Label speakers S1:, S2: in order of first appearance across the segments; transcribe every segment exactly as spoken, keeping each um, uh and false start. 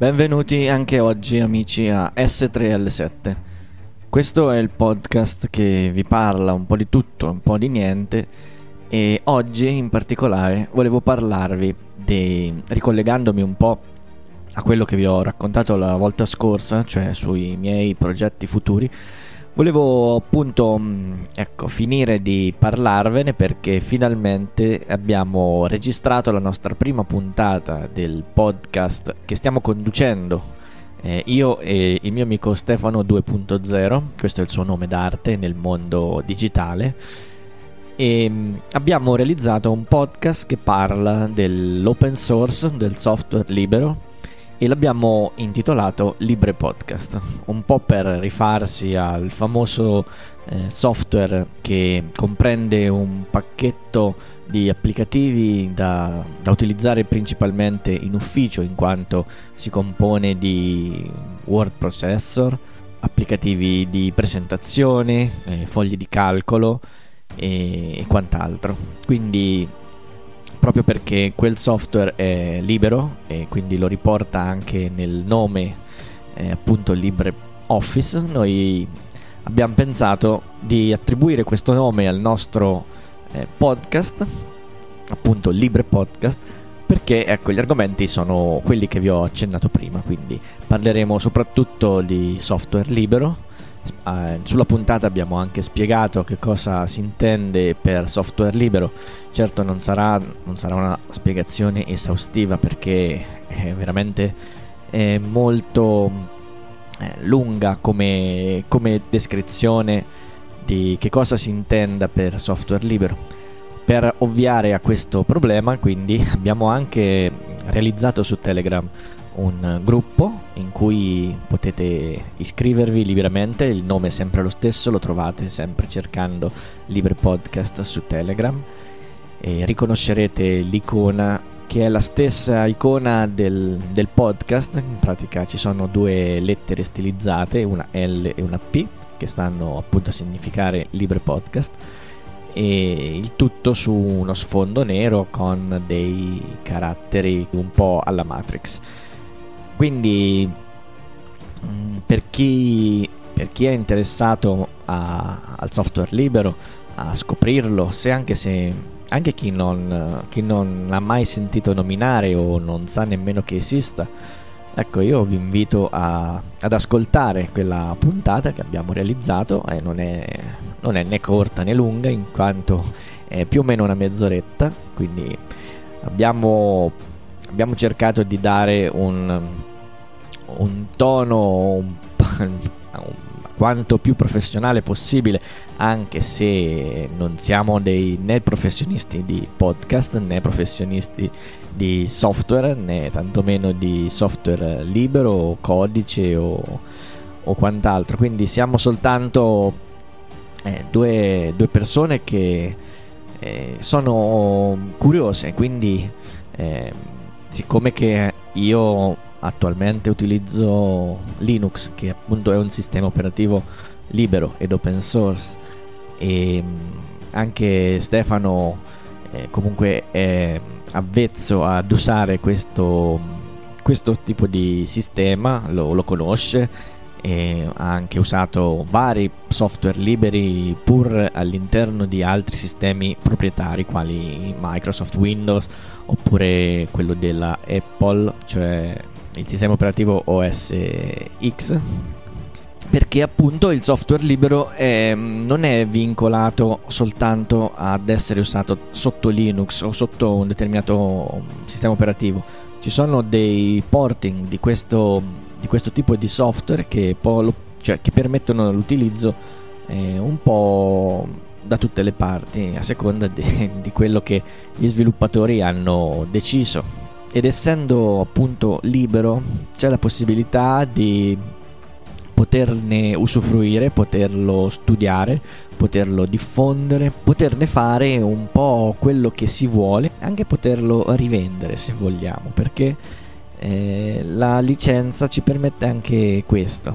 S1: Benvenuti anche oggi amici a S tre L sette. Questo è il podcast che vi parla un po' di tutto, un po' di niente, e oggi in particolare volevo parlarvi di, ricollegandomi un po' a quello che vi ho raccontato la volta scorsa, cioè sui miei progetti futuri. Volevo appunto ecco, finire di parlarvene perché finalmente abbiamo registrato la nostra prima puntata del podcast che stiamo conducendo, eh, io e il mio amico Stefano due punto zero, questo è il suo nome d'arte nel mondo digitale, e mh, abbiamo realizzato un podcast che parla dell'open source, del software libero, e l'abbiamo intitolato Libre Podcast, un po' per rifarsi al famoso eh, software che comprende un pacchetto di applicativi da, da utilizzare principalmente in ufficio, in quanto si compone di word processor, applicativi di presentazione, eh, fogli di calcolo e, e quant'altro. Quindi proprio perché quel software è libero e quindi lo riporta anche nel nome, eh, appunto LibreOffice, noi abbiamo pensato di attribuire questo nome al nostro eh, podcast, appunto Libre Podcast, perché ecco, gli argomenti sono quelli che vi ho accennato prima, quindi parleremo soprattutto di software libero. Uh, sulla puntata abbiamo anche spiegato che cosa si intende per software libero. Certo non sarà, non sarà una spiegazione esaustiva perché è veramente è molto eh, lunga come, come descrizione di che cosa si intenda per software libero. Per ovviare a questo problema, quindi, abbiamo anche realizzato su Telegram un gruppo in cui potete iscrivervi liberamente, il nome è sempre lo stesso, lo trovate sempre cercando Libre Podcast su Telegram e riconoscerete l'icona che è la stessa icona del, del podcast. In pratica ci sono due lettere stilizzate, una L e una P, che stanno appunto a significare Libre Podcast, e il tutto su uno sfondo nero con dei caratteri un po' alla Matrix. Quindi per chi, per chi è interessato a, al software libero, a scoprirlo, se anche se anche chi non, chi non ha mai sentito nominare o non sa nemmeno che esista, ecco, io vi invito a, ad ascoltare quella puntata che abbiamo realizzato, e non è, non è né corta né lunga, in quanto è più o meno una mezz'oretta, quindi abbiamo abbiamo cercato di dare un, un tono un, un, quanto più professionale possibile, anche se non siamo dei né professionisti di podcast né professionisti di software, né tantomeno di software libero, codice o, o quant'altro. Quindi siamo soltanto eh, due, due persone che eh, sono curiose, quindi eh, siccome che io attualmente utilizzo Linux, che appunto è un sistema operativo libero ed open source, e anche Stefano eh, comunque è avvezzo ad usare questo, questo tipo di sistema, lo, lo conosce e ha anche usato vari software liberi pur all'interno di altri sistemi proprietari quali Microsoft Windows oppure quello della Apple, cioè il sistema operativo O S X, perché appunto il software libero è, non è vincolato soltanto ad essere usato sotto Linux o sotto un determinato sistema operativo. Ci sono dei porting di questo, di questo tipo di software che, po- cioè, che permettono l'utilizzo eh, un po' da tutte le parti, a seconda de- di quello che gli sviluppatori hanno deciso. Ed essendo appunto libero, c'è la possibilità di poterne usufruire, poterlo studiare, poterlo diffondere, poterne fare un po' quello che si vuole, anche poterlo rivendere se vogliamo, perché eh, la licenza ci permette anche questo.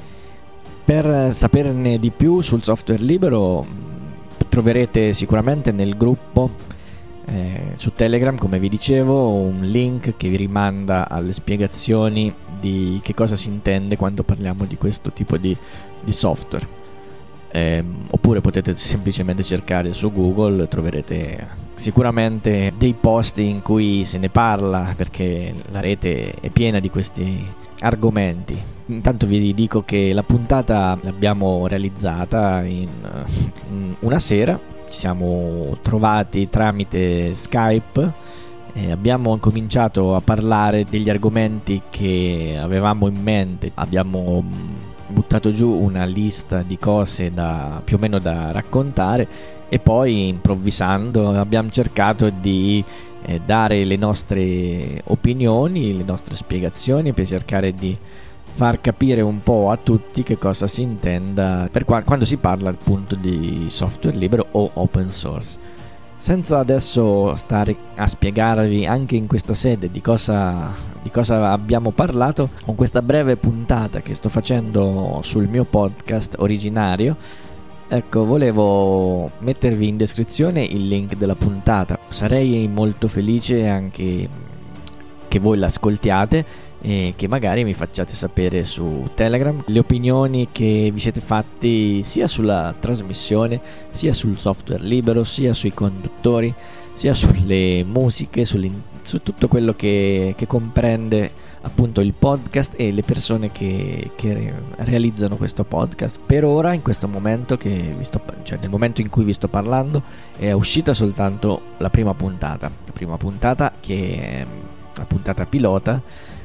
S1: Per saperne di più sul software libero troverete sicuramente nel gruppo eh, su Telegram, come vi dicevo, un link che vi rimanda alle spiegazioni di che cosa si intende quando parliamo di questo tipo di, di software. Eh, oppure potete semplicemente cercare su Google, troverete sicuramente dei post in cui se ne parla, perché la rete è piena di questi argomenti. Intanto vi dico che la puntata l'abbiamo realizzata in, in una sera, ci siamo trovati tramite Skype e abbiamo cominciato a parlare degli argomenti che avevamo in mente. Abbiamo buttato giù una lista di cose da più o meno da raccontare e poi, improvvisando, abbiamo cercato di eh, dare le nostre opinioni, le nostre spiegazioni, per cercare di far capire un po' a tutti che cosa si intenda per qua- quando si parla appunto di software libero o open source. Senza adesso stare a spiegarvi anche in questa sede di cosa, di cosa abbiamo parlato, con questa breve puntata che sto facendo sul mio podcast originario, ecco, volevo mettervi in descrizione il link della puntata. Sarei molto felice anche che voi l'ascoltiate e che magari mi facciate sapere su Telegram le opinioni che vi siete fatti sia sulla trasmissione, sia sul software libero, sia sui conduttori, sia sulle musiche, su tutto quello che, che comprende appunto il podcast e le persone che, che realizzano questo podcast. Per ora, in questo momento che vi sto, cioè nel momento in cui vi sto parlando, è uscita soltanto la prima puntata, la prima puntata che è la puntata pilota,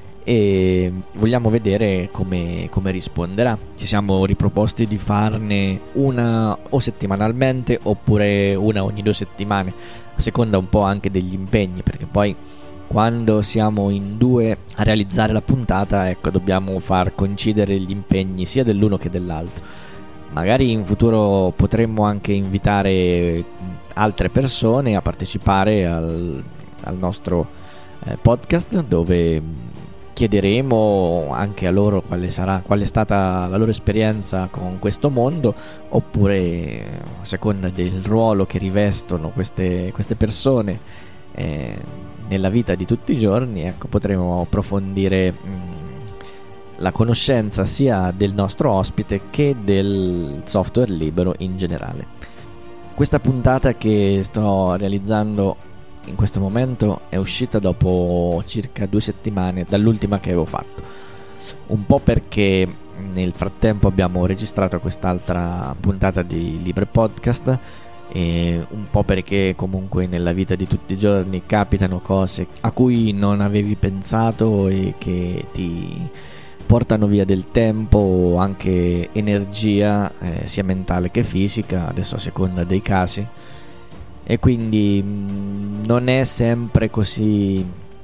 S1: e vogliamo vedere come, come risponderà. Ci siamo riproposti di farne una o settimanalmente oppure una ogni due settimane, a seconda un po' anche degli impegni, perché poi quando siamo in due a realizzare la puntata, ecco, dobbiamo far coincidere gli impegni sia dell'uno che dell'altro. Magari in futuro potremmo anche invitare altre persone a partecipare al, al nostro eh, podcast, dove chiederemo anche a loro quale sarà, qual è stata la loro esperienza con questo mondo, oppure a seconda del ruolo che rivestono queste, queste persone eh, nella vita di tutti i giorni, ecco, potremo approfondire mh, la conoscenza sia del nostro ospite che del software libero in generale. Questa puntata che sto realizzando in questo momento è uscita dopo circa due settimane dall'ultima che avevo fatto, un po' perché nel frattempo abbiamo registrato quest'altra puntata di Libre Podcast, e un po' perché comunque nella vita di tutti i giorni capitano cose a cui non avevi pensato e che ti portano via del tempo o anche energia, eh, sia mentale che fisica, adesso a seconda dei casi. E quindi mh, non è sempre così,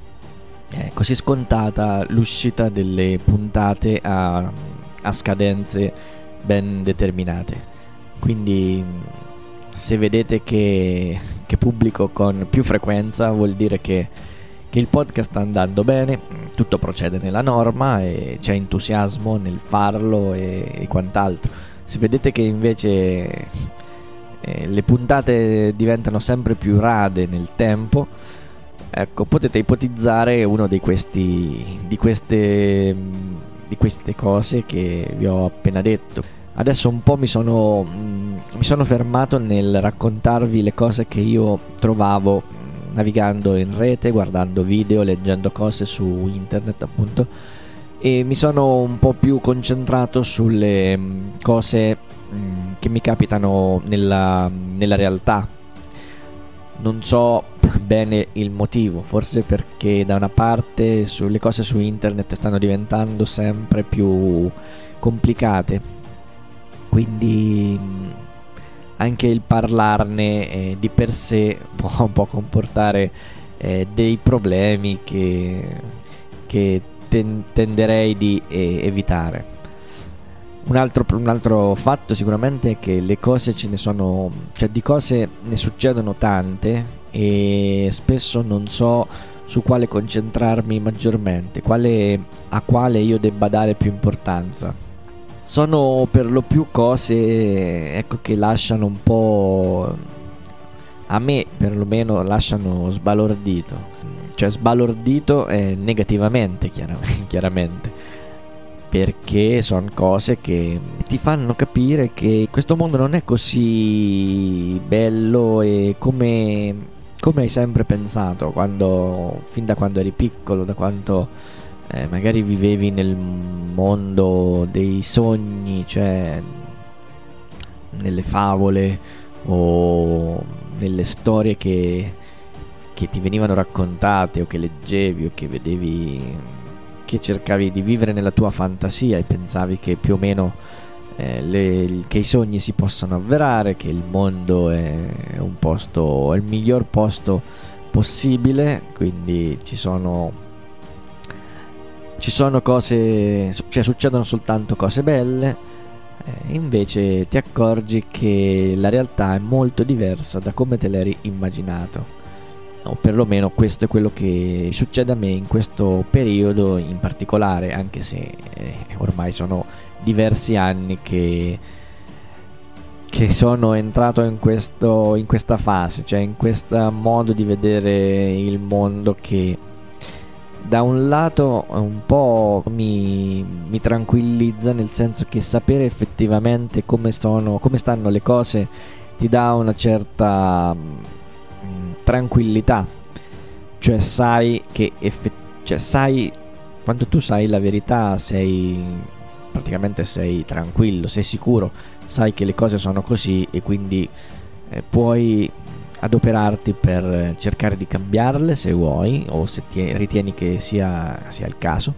S1: eh, così scontata l'uscita delle puntate a, a scadenze ben determinate. Quindi mh, se vedete che, che pubblico con più frequenza, vuol dire che, che il podcast sta andando bene, tutto procede nella norma e c'è entusiasmo nel farlo e, e quant'altro. Se vedete che invece Eh, le puntate diventano sempre più rade nel tempo, ecco, potete ipotizzare uno di questi di queste di queste cose che vi ho appena detto. Adesso un po' mi sono mh, mi sono fermato nel raccontarvi le cose che io trovavo mh, navigando in rete, guardando video, leggendo cose su internet appunto, e mi sono un po' più concentrato sulle mh, cose che mi capitano nella, nella realtà. Non so bene il motivo, forse perché da una parte su, le cose su internet stanno diventando sempre più complicate, quindi anche il parlarne eh, di per sé può, può comportare eh, dei problemi che, che ten- tenderei di eh, evitare. Un altro, un altro fatto sicuramente è che le cose ce ne sono, cioè di cose ne succedono tante e spesso non so su quale concentrarmi maggiormente, quale, a quale io debba dare più importanza. Sono per lo più cose, ecco, che lasciano un po' a me perlomeno lasciano sbalordito, cioè sbalordito eh, negativamente chiaramente, chiaramente, perché sono cose che ti fanno capire che questo mondo non è così bello e come, come hai sempre pensato quando, fin da quando eri piccolo, da quando eh, magari vivevi nel mondo dei sogni, cioè nelle favole o nelle storie che, che ti venivano raccontate o che leggevi o che vedevi, che cercavi di vivere nella tua fantasia e pensavi che più o meno eh, le, che i sogni si possano avverare, che il mondo è un posto, è il miglior posto possibile, quindi ci sono ci sono cose, cioè succedono soltanto cose belle. Eh, invece ti accorgi che la realtà è molto diversa da come te l'eri immaginato, o perlomeno questo è quello che succede a me in questo periodo in particolare, anche se eh, ormai sono diversi anni che, che sono entrato in, questo, in questa fase, cioè in questo modo di vedere il mondo che da un lato un po' mi, mi tranquillizza, nel senso che sapere effettivamente come sono, come stanno le cose ti dà una certa mh, tranquillità, cioè sai che effe- cioè sai, quando tu sai la verità sei praticamente sei tranquillo, sei sicuro, sai che le cose sono così e quindi eh, puoi adoperarti per cercare di cambiarle se vuoi o se ti ritieni che sia, sia il caso,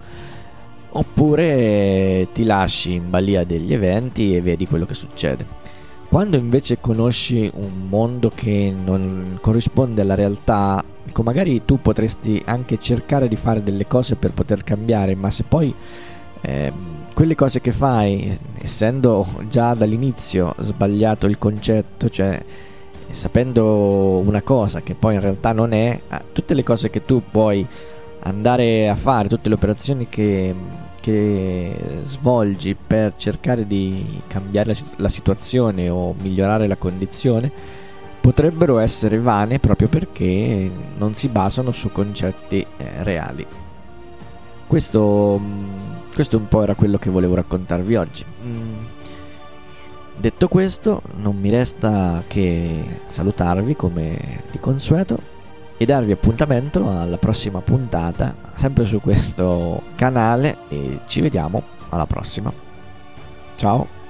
S1: oppure ti lasci in balia degli eventi e vedi quello che succede. Quando invece conosci un mondo che non corrisponde alla realtà, ecco, magari tu potresti anche cercare di fare delle cose per poter cambiare, ma se poi eh, quelle cose che fai, essendo già dall'inizio sbagliato il concetto, cioè sapendo una cosa che poi in realtà non è, tutte le cose che tu puoi andare a fare, tutte le operazioni che, che svolgi per cercare di cambiare la situazione o migliorare la condizione, potrebbero essere vane proprio perché non si basano su concetti eh, reali. Questo, questo un po' era quello che volevo raccontarvi oggi. Mm. Detto questo, non mi resta che salutarvi come di consueto e darvi appuntamento alla prossima puntata, sempre su questo canale, e ci vediamo alla prossima. Ciao!